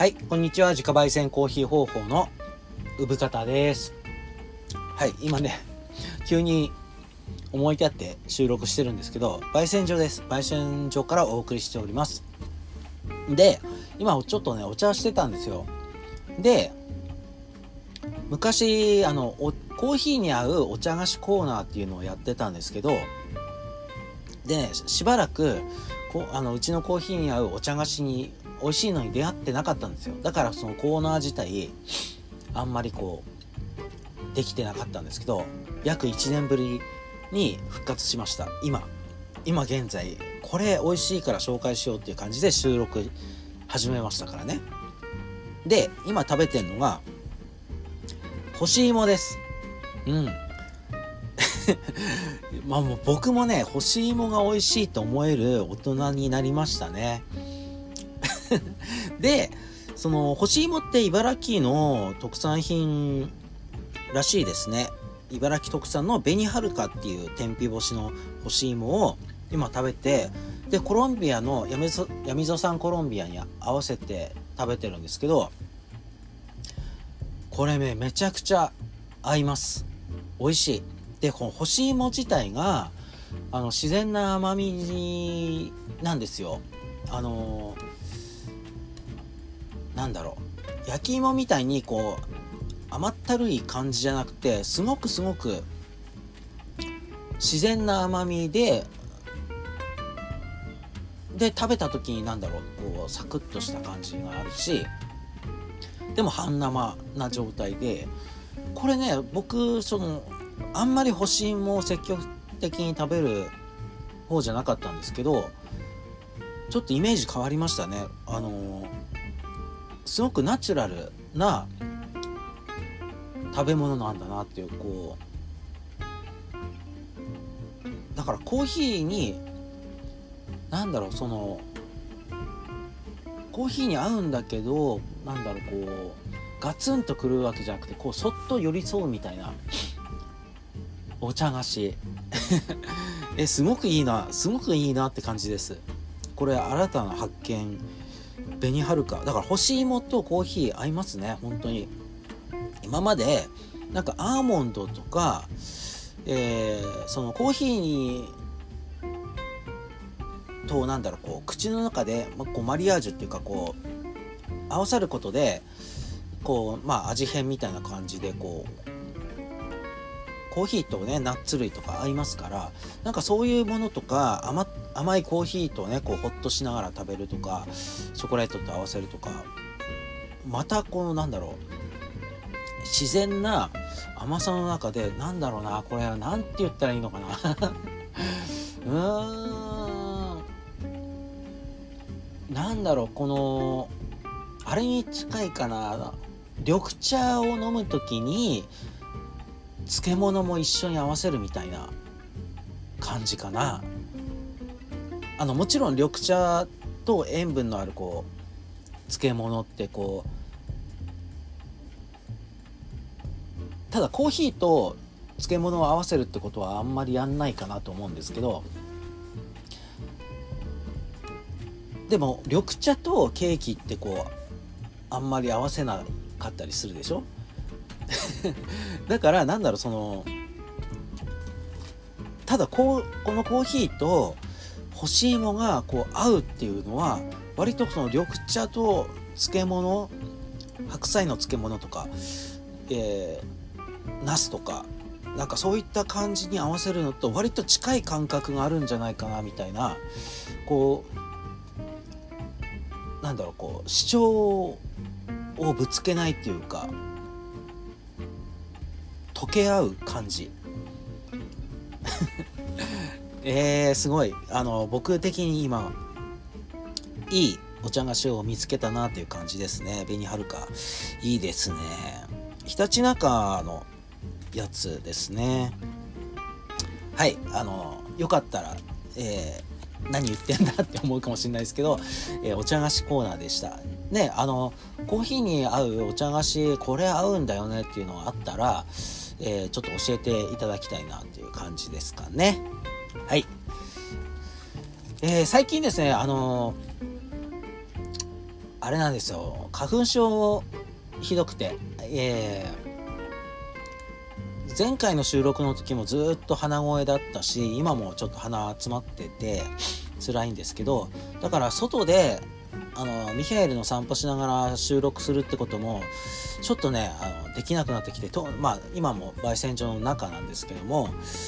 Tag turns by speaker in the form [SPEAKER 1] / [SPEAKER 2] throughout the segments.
[SPEAKER 1] はい、こんにちは。自家焙煎コーヒー方法の産方です。はい、今ね、急に思い立って収録してるんですけど、焙煎所です。焙煎所からお送りしております。で、今ちょっとね、お茶してたんですよ。で、昔、コーヒーに合うお茶菓子コーナーっていうのをやってたんですけど、で、ね、しばらくうちのコーヒーに合うお茶菓子に美味しいのに出会ってなかったんですよ。だからそのコーナー自体あんまりできてなかったんですけど、約1年ぶりに復活しました。今現在これ美味しいから紹介しようっていう感じで収録始めましたからね。で、今食べてるのが干し芋です。まあもう僕もね、干し芋が美味しいと思える大人になりましたね。で、その干し芋って茨城の特産品らしいですね。茨城特産の紅はるかっていう天日干しの干し芋を今食べて、でコロンビアのやみぞ産コロンビアに合わせて食べてるんですけど、これね、めちゃくちゃ合います。美味しい。で、この干し芋自体が自然な甘みなんですよ。なんだろう、焼き芋みたいに甘ったるい感じじゃなくて、すごく自然な甘みで食べた時にサクッとした感じがあるし、でも半生な状態で、これね、僕あんまり干し芋を積極的に食べる方じゃなかったんですけど、ちょっとイメージ変わりましたね。すごくナチュラルな食べ物なんだなっていう、だからコーヒーにコーヒーに合うんだけど、ガツンとくるわけじゃなくて、そっと寄り添うみたいなお茶菓子すごくいいなって感じです。これ新たな発見。紅はるかだから干し芋とコーヒー合いますね。本当に今までアーモンドとか、そのコーヒーにと口の中でマリアージュっていうか合わさることで味変みたいな感じでコーヒーとね、ナッツ類とか合いますから、そういうものとか甘いコーヒーとねホッとしながら食べるとか、チョコレートと合わせるとか、また自然な甘さの中でこれなんて言ったらいいのかなあれに近いかな。緑茶を飲むときに漬物も一緒に合わせるみたいな感じかな。もちろん緑茶と塩分のある漬物ってただコーヒーと漬物を合わせるってことはあんまりやんないかなと思うんですけど、でも緑茶とケーキってあんまり合わせなかったりするでしょだからただこのコーヒーと干し芋が合うっていうのは、割と緑茶と漬物、白菜の漬物とか、ナスとかそういった感じに合わせるのと割と近い感覚があるんじゃないかなみたいな、主張をぶつけないっていうか、溶け合う感じすごい僕的に今いいお茶菓子を見つけたなっていう感じですね。紅はるかいいですね。ひたちなかのやつですね。はい、よかったら、何言ってんだって思うかもしれないですけど、お茶菓子コーナーでしたね。コーヒーに合うお茶菓子、これ合うんだよねっていうのがあったら、ちょっと教えていただきたいなっていう感じですかね。はい、最近ですね、 あれなんですよ、花粉症ひどくて、前回の収録の時もずっと鼻声だったし、今もちょっと鼻詰まってて辛いんですけど、だから外でミヒャエルの散歩しながら収録するってこともちょっとねできなくなってきて今も焙煎所の中なんですけども、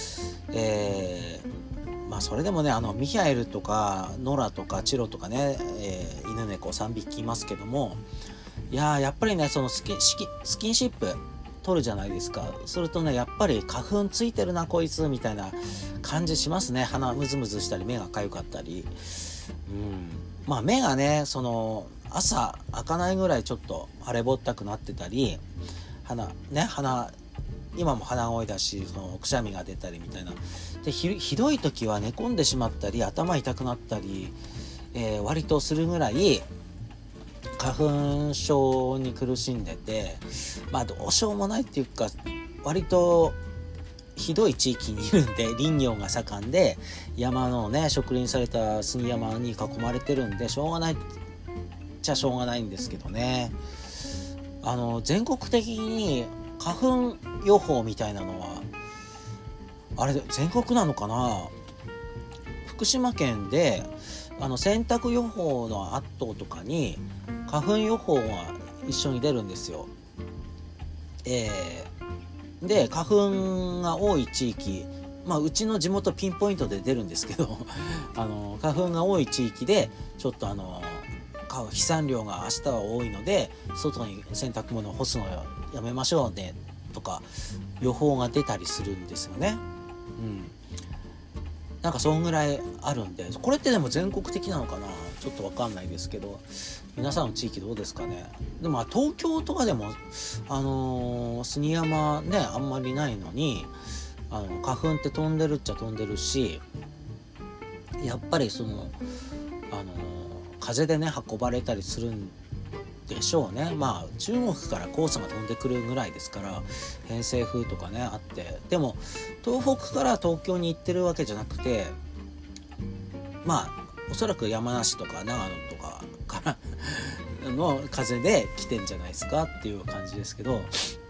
[SPEAKER 1] それでもねミヒャエルとかノラとかチロとかね、犬猫3匹いますけども、やっぱりねそのスキンシップ取るじゃないですか。するとねやっぱり花粉ついてるなこいつみたいな感じしますね。鼻ムズムズしたり目がかゆかったり、目がね朝開かないぐらいちょっと腫れぼったくなってたり、今も鼻声だしくしゃみが出たりみたいなで、ひどい時は寝込んでしまったり頭痛くなったり、割とするぐらい花粉症に苦しんでて、どうしようもないっていうか割とひどい地域にいるんで、林業が盛んで山のね植林された杉山に囲まれてるんでしょうがないっちゃしょうがないんですけどね。全国的に花粉予報みたいなのはあれ全国なのかな。福島県で洗濯予報の後とかに花粉予報が一緒に出るんですよ。で花粉が多い地域、うちの地元ピンポイントで出るんですけど花粉が多い地域でちょっと飛散量が明日は多いので外に洗濯物を干すのをやめましょうねとか予報が出たりするんですよね。なんかそんぐらいあるんで、これってでも全国的なのかなちょっとわかんないですけど、皆さんの地域どうですかね。でも東京とかでも杉山ねあんまりないのに花粉って飛んでるっちゃ飛んでるし、やっぱり風でね運ばれたりするんでしょうね。中国から黄砂が飛んでくるぐらいですから偏西風とかねあって、でも東北から東京に行ってるわけじゃなくておそらく山梨とか長野とかからの風で来てんじゃないですかっていう感じですけど、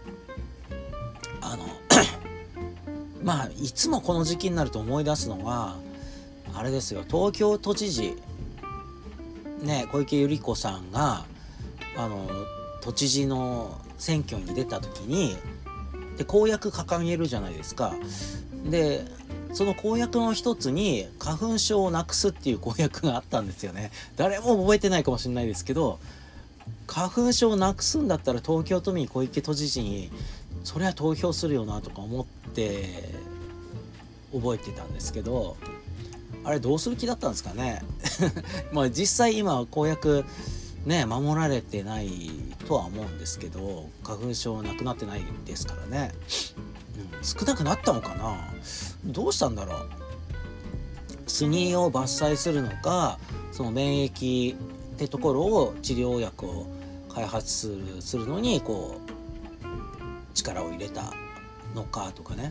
[SPEAKER 1] いつもこの時期になると思い出すのはあれですよ、東京都知事ね小池百合子さんが都知事の選挙に出た時にで公約掲げるじゃないですか。でその公約の一つに花粉症をなくすっていう公約があったんですよね。誰も覚えてないかもしれないですけど、花粉症をなくすんだったら東京都民小池都知事にそれは投票するよなとか思って覚えてたんですけど、あれどうする気だったんですかね実際今は公約ね守られてないとは思うんですけど、花粉症なくなってないですからね、少なくなったのかな。どうしたんだろう。杉を伐採するのかその免疫ってところを治療薬を開発するのに力を入れたのかとかね。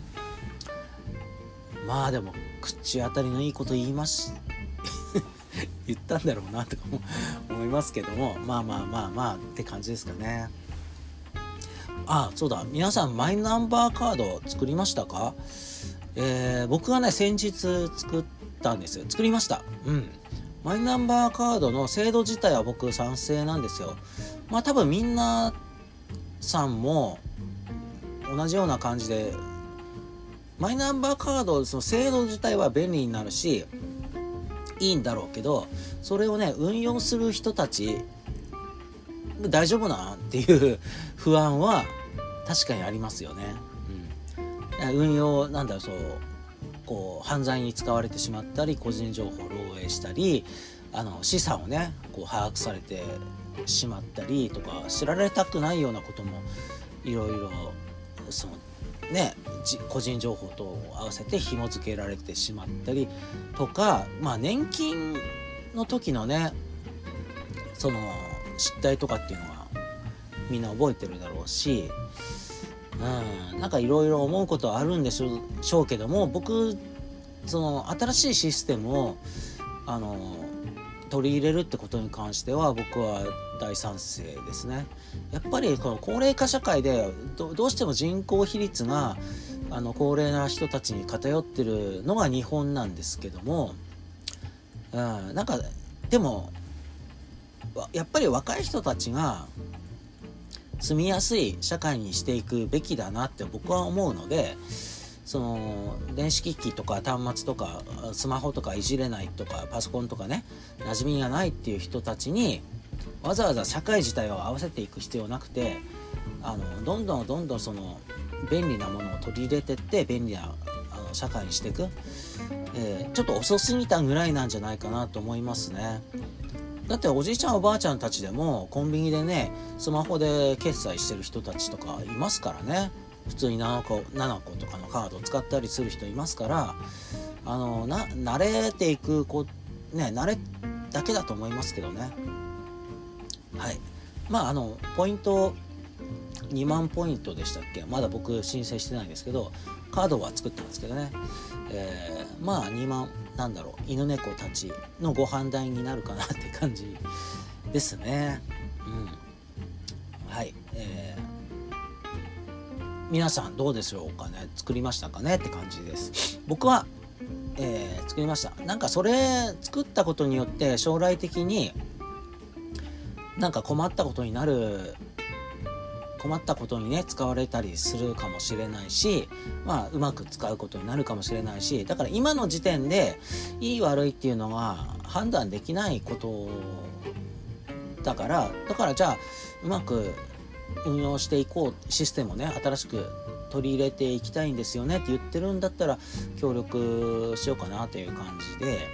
[SPEAKER 1] でも口当たりのいいこと言います言ったんだろうなとかも思いますけども、って感じですかね。そうだ、皆さんマイナンバーカード作りましたか？僕がね先日作ったんですよ。作りました。マイナンバーカードの制度自体は僕賛成なんですよ。多分みんなさんも同じような感じでマイナンバーカードその制度自体は便利になるしいいんだろうけど、それをね運用する人たち大丈夫なんっていう不安は確かにありますよね。運用犯罪に使われてしまったり個人情報を漏洩したり資産をね把握されてしまったりとか、知られたくないようなこともいろいろ個人情報と合わせて紐付けられてしまったりとか、年金の時のね失態とかっていうのはみんな覚えてるだろうし、なんかいろいろ思うことはあるんでしょうけども、僕新しいシステムを取り入れるってことに関しては僕は大賛成ですね。やっぱりこの高齢化社会でどうしても人口比率が高齢な人たちに偏ってるのが日本なんですけども、なんかでもやっぱり若い人たちが住みやすい社会にしていくべきだなって僕は思うので、その電子機器とか端末とかスマホとかいじれないとかパソコンとかね馴染みがないっていう人たちにわざわざ社会自体を合わせていく必要なくて、どんどんその便利なものを取り入れてって便利な社会にしていく、ちょっと遅すぎたぐらいなんじゃないかなと思いますね。だっておじいちゃんおばあちゃんたちでもコンビニでねスマホで決済してる人たちとかいますからね。普通に7個とかのカードを使ったりする人いますから、慣れていく慣れだけだと思いますけどね。はい。ポイント2万ポイントでしたっけ、まだ僕申請してないんですけどカードは作ってますけどね、2万犬猫たちのご飯代になるかなって感じですね。はい。皆さんどうでしょうかね。作りましたかねって感じです。僕は、作りました。なんかそれ作ったことによって将来的になんか困ったことにね使われたりするかもしれないし、うまく使うことになるかもしれないし、だから今の時点でいい悪いっていうのは判断できないことだからじゃあうまく運用していこう、システムをね新しく取り入れていきたいんですよねって言ってるんだったら協力しようかなという感じで、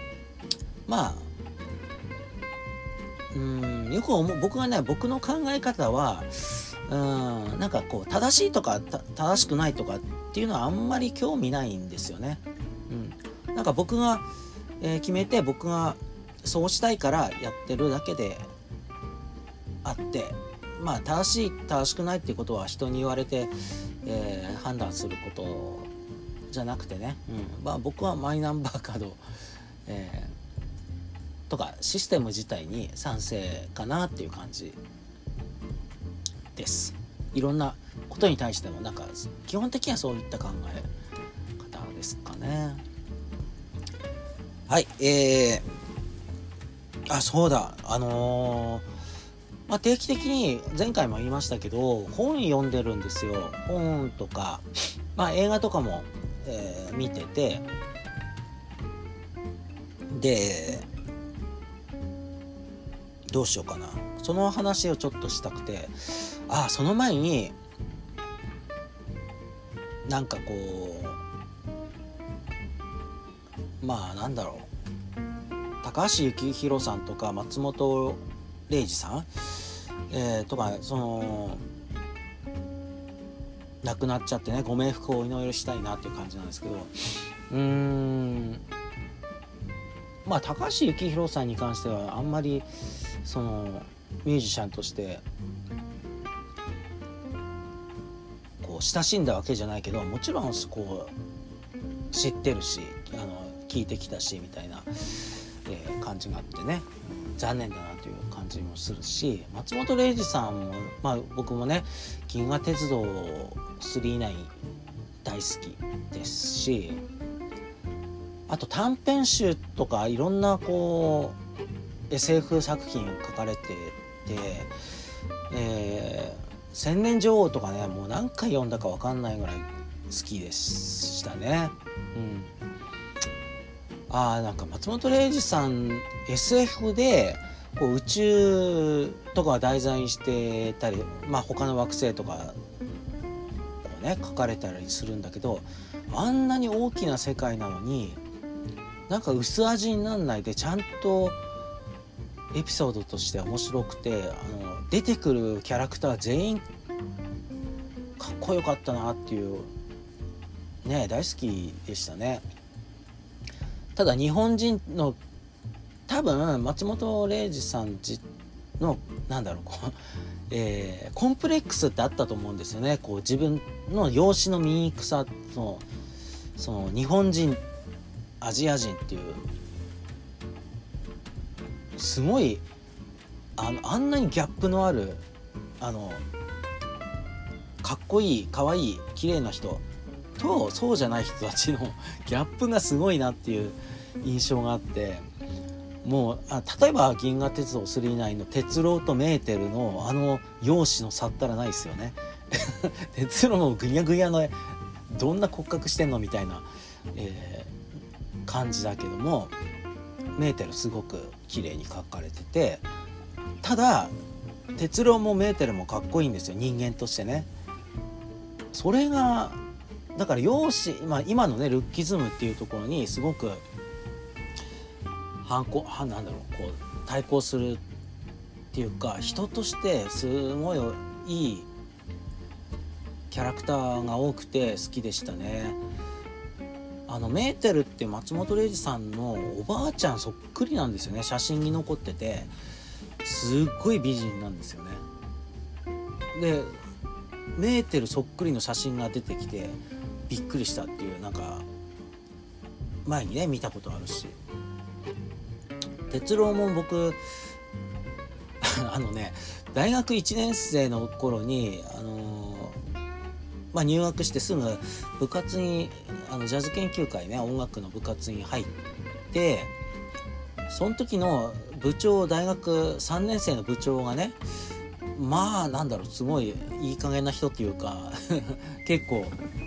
[SPEAKER 1] よく僕がね僕の考え方はなんかこう正しいとか正しくないとかっていうのはあんまり興味ないんですよね。なんか僕が、決めて僕がそうしたいからやってるだけであって、正しい正しくないっていうことは人に言われて、判断することじゃなくてね、僕はマイナンバーカード、とかシステム自体に賛成かなっていう感じです。いろんなことに対してもなんか基本的にはそういった考え方ですかね。はい。そうだ、定期的に前回も言いましたけど本読んでるんですよ。本とか、映画とかも、見てて、でどうしようかな、その話をちょっとしたくて、その前になんかこう高橋幸宏さんとか松本零士さん、とか亡くなっちゃってねご冥福をお祈りしたいなっていう感じなんですけど、高橋幸宏さんに関してはあんまりミュージシャンとしてこう親しんだわけじゃないけど、もちろんこう知ってるし聞いてきたしみたいな、感じがあってね、残念だなという感じもするし、松本零士さんも、僕もね銀河鉄道999大好きですし、あと短編集とかいろんなこう SF 作品を書かれてて、千年女王とかねもう何回読んだか分かんないぐらい好きでしたね。なんか松本零士さん SF でこう宇宙とかを題材にしてたり、他の惑星とかこうね書かれたりするんだけど、あんなに大きな世界なのになんか薄味になんないでちゃんとエピソードとして面白くて、出てくるキャラクター全員かっこよかったなっていうね、大好きでしたね。ただ日本人の多分松本零士さんのコンプレックスってあったと思うんですよね。こう自分の容姿の醜さのその日本人アジア人っていうすごいあんなにギャップのあるかっこいいかわいい綺麗な人とそうじゃない人たちのギャップがすごいなっていう印象があって、もう例えば銀河鉄道999の鉄郎とメーテルの容姿の差ったらないですよね。鉄郎のぐにゃぐにゃのどんな骨格してんのみたいな、感じだけども、メーテルすごく綺麗に描かれてて、ただ鉄郎もメーテルもかっこいいんですよ、人間としてね。それがだから容姿、今のねルッキズムっていうところにすごく対抗するっていうか、人としてすごいいいキャラクターが多くて好きでしたね。メーテルって松本零士さんのおばあちゃんそっくりなんですよね。写真に残っててすっごい美人なんですよね。でメーテルそっくりの写真が出てきてびっくりしたっていう、なんか前にね見たことあるし、鉄郎も僕大学1年生の頃に入学してすぐ部活にジャズ研究会ね、音楽の部活に入って、その時の部長、大学3年生の部長がね、すごいいい加減な人っていうか結構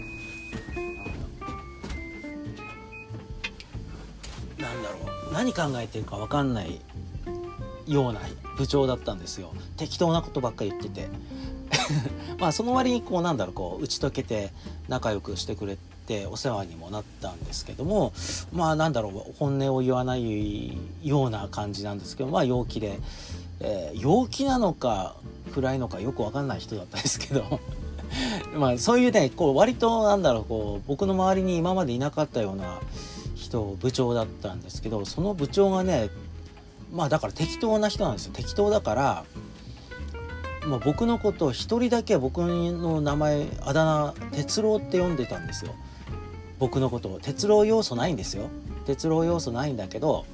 [SPEAKER 1] 何考えてるか分かんないような部長だったんですよ。適当なことばっかり言っててその割に打ち解けて仲良くしてくれてお世話にもなったんですけども、本音を言わないような感じなんですけど、陽気で、陽気なのか暗いのかよく分かんない人だったんですけどそういうね割と僕の周りに今までいなかったような部長だったんですけど、その部長がねだから適当な人なんですよ。適当だから僕のことを一人だけ僕の名前あだ名鉄郎って呼んでたんですよ。僕のことを鉄郎要素ないんですよ。鉄郎要素ないんだけど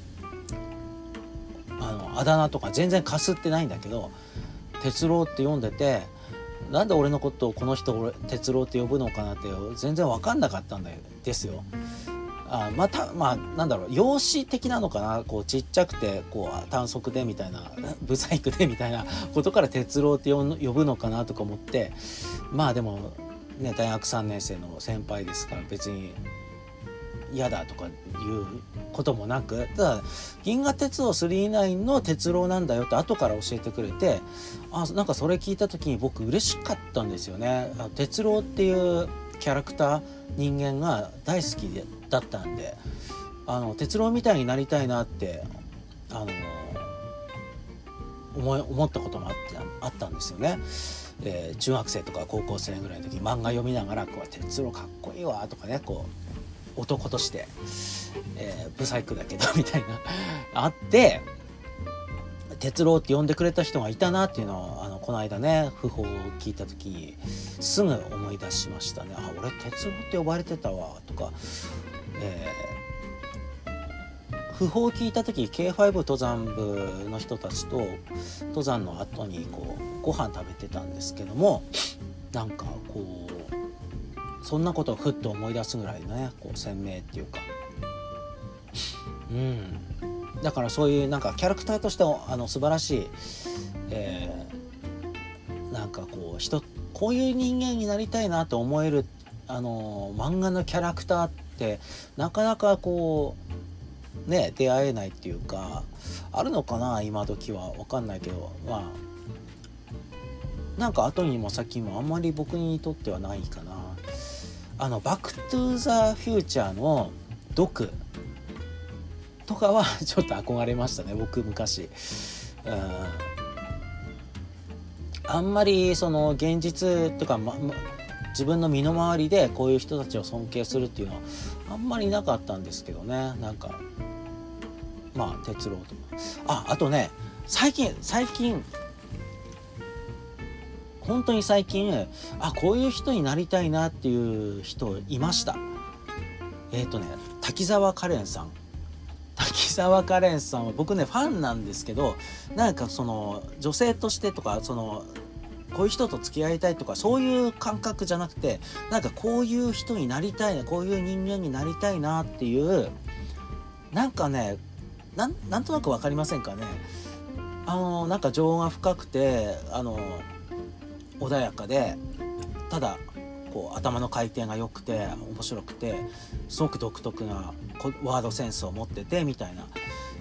[SPEAKER 1] あだ名とか全然かすってないんだけど鉄郎って呼んでて、なんで俺のことをこの人俺鉄郎って呼ぶのかなって全然分かんなかったんですよ。容姿的なのかな、ちっちゃくて短足でみたいなブサイクでみたいなことから鉄郎って呼ぶのかなとか思って、でもね大学3年生の先輩ですから別に嫌だとかいうこともなく、ただ銀河鉄道999の鉄郎なんだよって後から教えてくれて、それ聞いた時に僕嬉しかったんですよね。鉄郎っていうキャラクター人間が大好きだったんで、鉄郎みたいになりたいなって思ったこともあったんですよね。中学生とか高校生ぐらいの時漫画読みながら鉄郎かっこいいわとかね男として、ブサイクだけどみたいなあって鉄郎って呼んでくれた人がいたなっていうのをこの間ね訃報を聞いた時にすぐ思い出しましたね。俺鉄郎って呼ばれてたわとか、訃報を聞いた時 K5 登山部の人たちと登山の後にご飯食べてたんですけども、そんなことをふっと思い出すぐらいのね鮮明っていうか、だからそういうキャラクターとして素晴らしい、こういう人間になりたいなと思える漫画のキャラクターってなかなか出会えないっていうか、あるのかな今時は分かんないけど、後にも先にもあんまり僕にとってはないかな。バックトゥーザフューチャーのドクとかはちょっと憧れましたね僕昔。あんまり現実とか、自分の身の回りでこういう人たちを尊敬するっていうのはあんまりなかったんですけどね。鉄郎とかあとね最近本当に最近こういう人になりたいなっていう人いました。滝沢カレンさん滝沢カレンさんは僕ねファンなんですけど、なんかその女性としてとか、そのこういう人と付き合いたいとかそういう感覚じゃなくて、なんかこういう人になりたいな、こういう人間になりたいなっていう、なんかね、なんとなく分かりませんかね。なんか情が深くて穏やかで、ただこう頭の回転が良くて面白くて、すごく独特なワードセンスを持っててみたいな、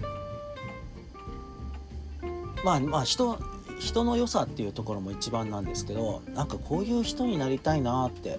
[SPEAKER 1] まあ人の良さっていうところも一番なんですけど、なんかこういう人になりたいなって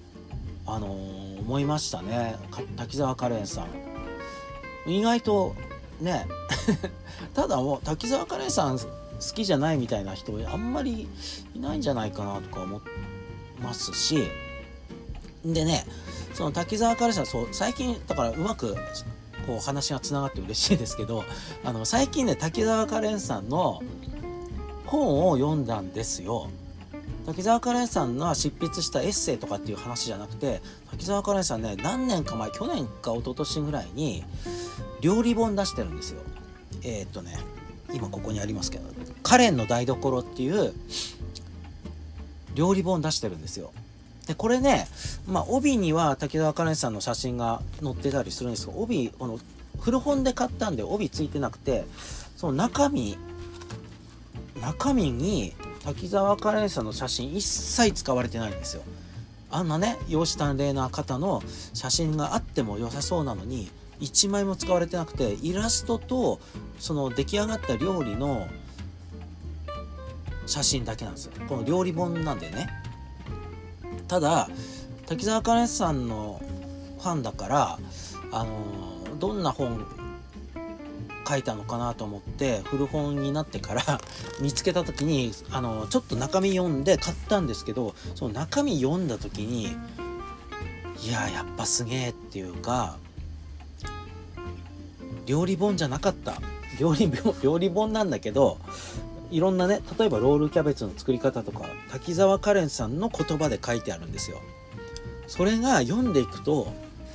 [SPEAKER 1] 思いましたね。滝沢カレンさん意外とねただもう滝沢カレンさん好きじゃないみたいな人あんまりいないんじゃないかなとか思ってますし、でね、その滝沢カレンさん、そう最近だからうまくこう話がつながって嬉しいですけど、最近ね滝沢カレンさんの本を読んだんですよ。滝沢カレンさんが執筆したエッセイとかっていう話じゃなくて、滝沢カレンさんね、何年か前、去年か一昨年ぐらいに料理本出してるんですよ。今ここにありますけど、カレンの台所っていう料理本出してるんですよ。でこれね、帯には滝沢カレンさんの写真が載ってたりするんですけど、帯古本で買ったんで帯ついてなくて、その中身に滝沢カレンさんの写真一切使われてないんですよ。あんなね容姿端麗な方の写真があっても良さそうなのに1枚も使われてなくて、イラストとその出来上がった料理の写真だけなんですよ。この料理本なんでね。ただ滝沢カレンさんのファンだから、どんな本書いたのかなと思って古本になってから見つけた時にちょっと中身読んで買ったんですけど、その中身読んだ時にやっぱすげえっていうか、料理本じゃなかった。料理本なんだけど、いろんなね、例えばロールキャベツの作り方とか滝沢カレンさんの言葉で書いてあるんですよ。それが読んでいくと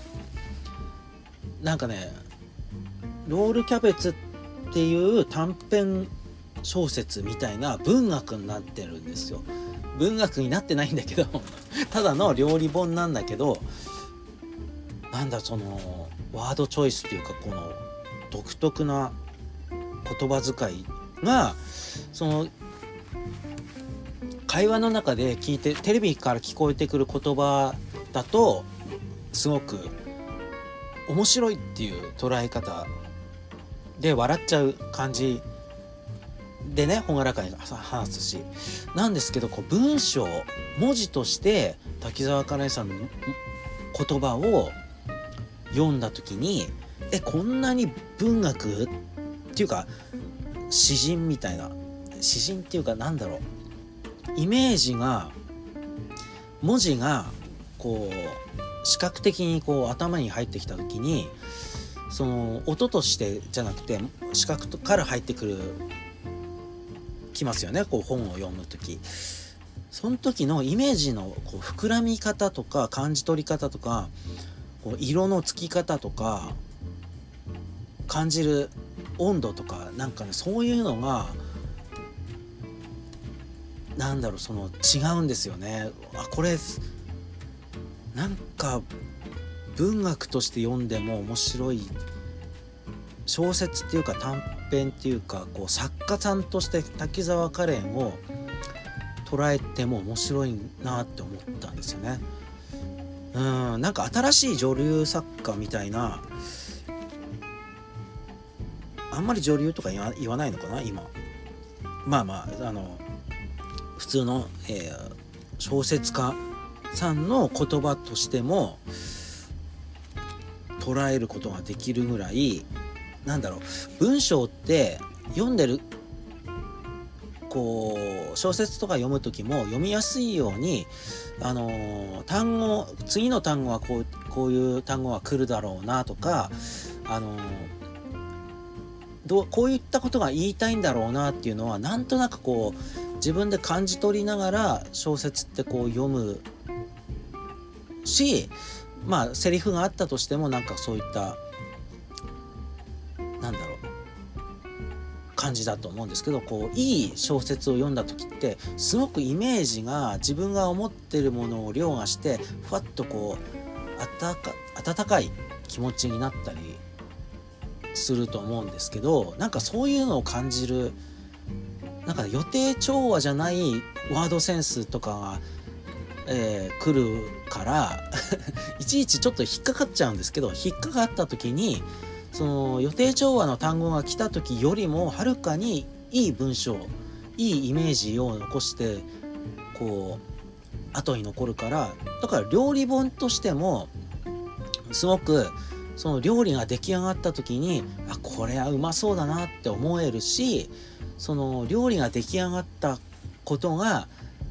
[SPEAKER 1] なんかね、ロールキャベツっていう短編小説みたいな文学になってるんですよ。文学になってないんだけどただの料理本なんだけど、なんだそのワードチョイスっていうか、この独特な言葉遣いがその会話の中で聞いて、テレビから聞こえてくる言葉だとすごく面白いっていう捉え方で笑っちゃう感じでね、朗らかに話すしなんですけど、こう文章文字として滝沢カレンさんの言葉を読んだ時に、こんなに文学っていうか詩人みたいな、詩人っていうかなんだろう、イメージが、文字がこう視覚的にこう頭に入ってきた時に、その音としてじゃなくて視覚から入ってきますよね。こう本を読む時、その時のイメージのこう膨らみ方とか感じ取り方とか、こう色のつき方とか感じる温度とか、なんかね、そういうのがなんだろう、その違うんですよね。これなんか文学として読んでも面白い小説っていうか短編っていうか、こう作家さんとして滝沢カレンを捉えても面白いなって思ったんですよね。なんか新しい女流作家みたいな、あんまり女流とか言わないのかな今。普通の、小説家さんの言葉としても捉えることができるぐらい、なんだろう、文章って読んでるこう小説とか読む時も読みやすいように、単語、次の単語はこういう単語が来るだろうなとか、こういったことが言いたいんだろうなっていうのはなんとなくこう自分で感じ取りながら小説ってこう読むし、セリフがあったとしてもなんかそういった感じだと思うんですけど、こういい小説を読んだ時ってすごくイメージが自分が思ってるものを凌駕してふわっとこう温かい気持ちになったりすると思うんですけど、なんかそういうのを感じる、なんか予定調和じゃないワードセンスとかが、来るからいちいちちょっと引っかかっちゃうんですけど、引っかかった時にその予定調和の単語が来た時よりもはるかにいい文章、いいイメージを残してこう後に残るから、だから料理本としてもすごくその料理が出来上がった時にこれはうまそうだなって思えるし、その料理が出来上がったことが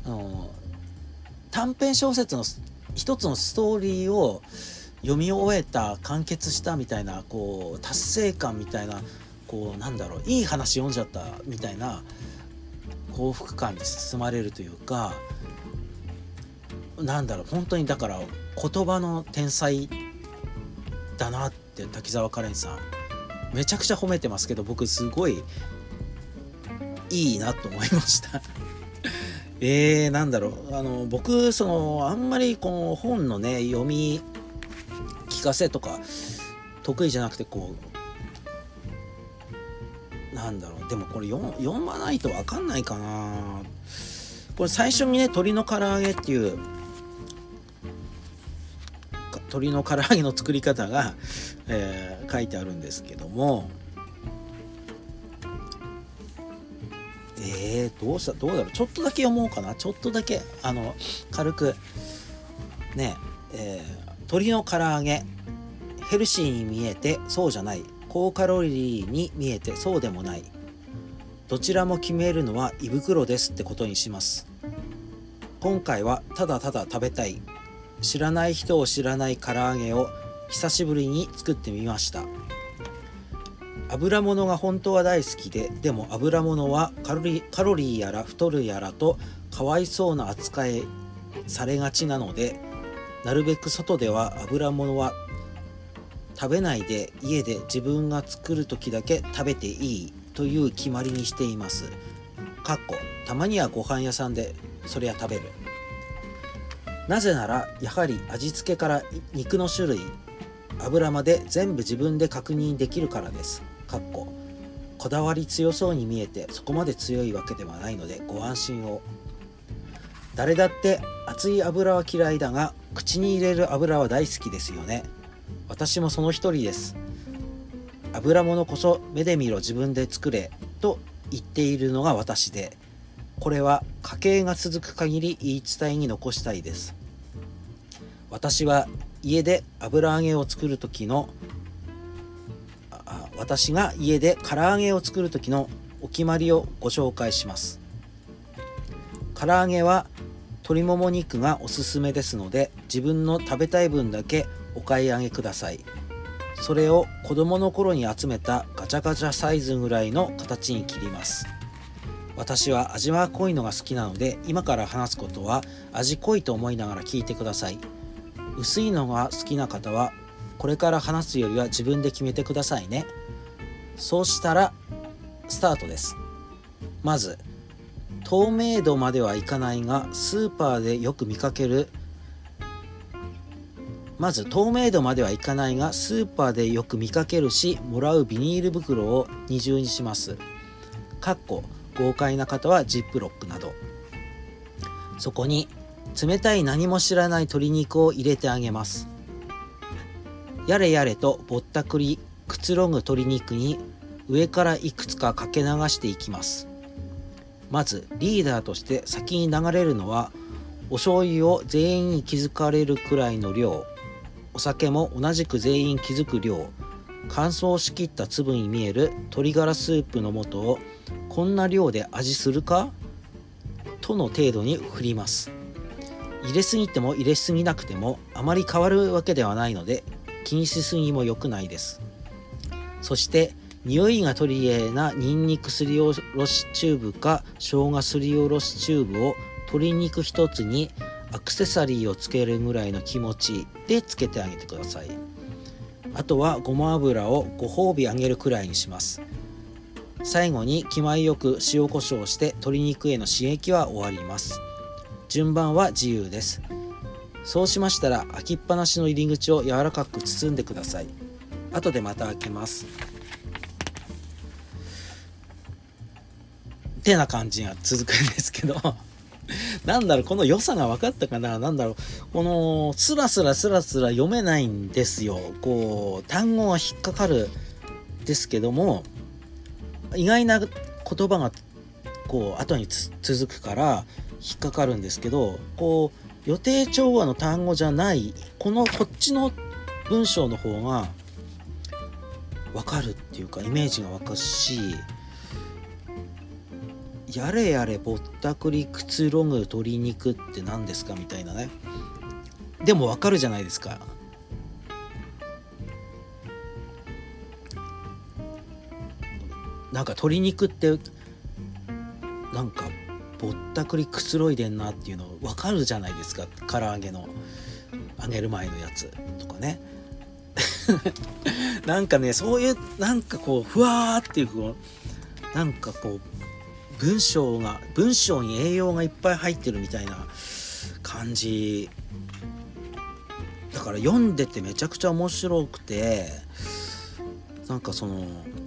[SPEAKER 1] 短編小説の一つのストーリーを読み終えた、完結したみたいなこう達成感みたいな、こうなんだろう、いい話読んじゃったみたいな幸福感に包まれるというか、なんだろう、本当にだから言葉の天才だなって滝沢カレンさんめちゃくちゃ褒めてますけど、僕すごいいいなと思いましたなんだろう、僕あんまりこの本のね読み聞かせとか得意じゃなくて、こうなんだろう、でもこれ読まないと分かんないかな。これ最初にね、鶏の唐揚げっていう鶏の唐揚げの作り方が、書いてあるんですけども、どうだろう、ちょっとだけ読もうかな。ちょっとだけ軽くね、鶏の唐揚げ、ヘルシーに見えてそうじゃない、高カロリーに見えてそうでもない、どちらも決めるのは胃袋ですってことにします。今回はただただ食べたい、知らない人を知らない唐揚げを久しぶりに作ってみました。油物が本当は大好きでも油物はカロリーやら太るやらとかわいそうな扱いされがちなので、なるべく外では油物は食べないで、家で自分が作る時だけ食べていいという決まりにしています。たまにはご飯屋さんでそりゃ食べる。なぜならやはり味付けから肉の種類、油まで全部自分で確認できるからです。こだわり強そうに見えてそこまで強いわけではないのでご安心を。誰だって熱い油は嫌いだが口に入れる油は大好きですよね。私もその一人です。油物こそ目で見ろ、自分で作れと言っているのが私で、これは家計が続く限り言い伝えに残したいです。私が家で唐揚げを作る時のお決まりをご紹介します。唐揚げは鶏もも肉がおすすめですので、自分の食べたい分だけお買い上げください。それを子供の頃に集めたガチャガチャサイズぐらいの形に切ります。私は味は濃いのが好きなので、今から話すことは味濃いと思いながら聞いてください。薄いのが好きな方はこれから話すよりは自分で決めてくださいね。そうしたらスタートです。まず透明度まではいかないがスーパーでよく見かけるしもらうビニール袋を二重にします。豪快な方はジップロックなど。そこに冷たい何も知らない鶏肉を入れてあげます。やれやれとぼったくりくつろぐ鶏肉に上からいくつかかけ流していきます。まずリーダーとして先に流れるのはお醤油を全員に気づかれるくらいの量、お酒も同じく全員気づく量、乾燥しきった粒に見える鶏ガラスープの素をこんな量で味するかとの程度に振ります。入れすぎても入れすぎなくてもあまり変わるわけではないので気にしすぎも良くないです。そして匂いが取り柄なニンニクすりおろしチューブか生姜すりおろしチューブを鶏肉一つにアクセサリーをつけるぐらいの気持ちでつけてあげてください。あとはごま油をご褒美あげるくらいにします。 最後に気前よく塩コショウをして鶏肉への刺激は終わります。順番は自由です。そうしましたら開きっぱなしの入り口を柔らかく包んでください。後でまた開けます。ってな感じが続くんですけどなんだろう、この良さが分かったかな。なんだろう、このスラスラ読めないんですよ。こう単語が引っかかるですけども、意外な言葉がこう後に続くから引っかかるんですけど、こう予定調和の単語じゃないこっちの文章の方が分かるっていうか、イメージが湧くし、やれやれぼったくりくつろぐ鶏肉って何ですかみたいなね。でも分かるじゃないですか。なんか鶏肉ってなんかぼったくりくつろいでんなっていうの分かるじゃないですか。唐揚げの揚げる前のやつとかねなんかね、そういうなんかこうふわーっていうこうなんかこう文章に栄養がいっぱい入ってるみたいな感じだから、読んでてめちゃくちゃ面白くて、なんかその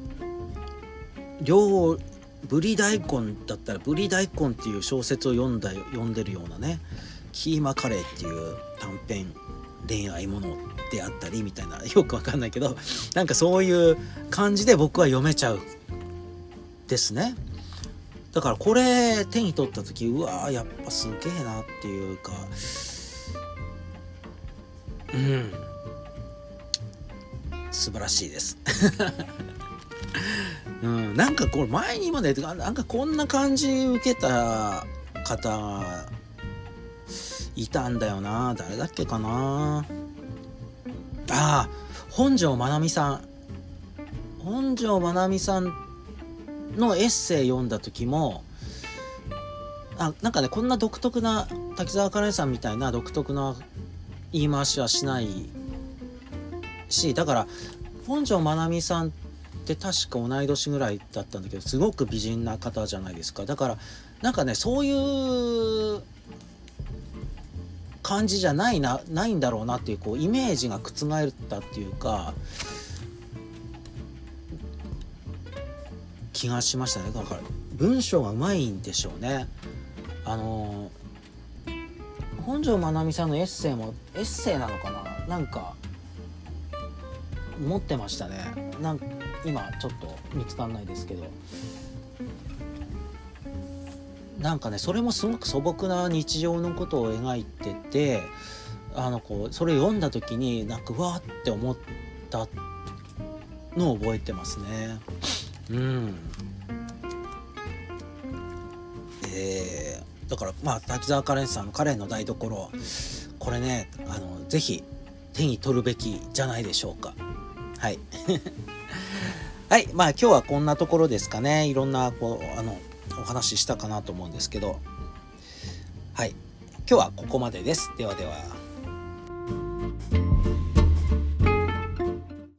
[SPEAKER 1] ブリ大根だったらブリ大根っていう小説を読んでるようなね、キーマカレーっていう短編恋愛ものであったりみたいな、よくわかんないけど、なんかそういう感じで僕は読めちゃうですね。だからこれ手に取った時、うわーやっぱすげえなっていうか、素晴らしいですなんかこれ前にもね、なんかこんな感じ受けた方いたんだよな。誰だっけかな。本上まなみさんのエッセイ読んだ時も、なんかね、こんな独特な滝沢カレンさんみたいな独特な言い回しはしないし、だから本上まなみさんって確か同い年ぐらいだったんだけど、すごく美人な方じゃないですか。だからなんかね、そういう感じじゃないんだろうなっていう、こうイメージが覆ったっていうか気がしましたね。だから文章がうまいんでしょうね。本上まなみさんのエッセイもエッセイなのかな、なんか持ってましたね。今ちょっと見つかんないですけど、なんかね、それもすごく素朴な日常のことを描いてて、それ読んだ時になんかうわーって思ったのを覚えてますね。だから滝沢カレンさんのカレンの台所、これね、ぜひ手に取るべきじゃないでしょうか。はいはい、今日はこんなところですかね。いろんなお話ししたかなと思うんですけど、はい、今日はここまでです。ではでは。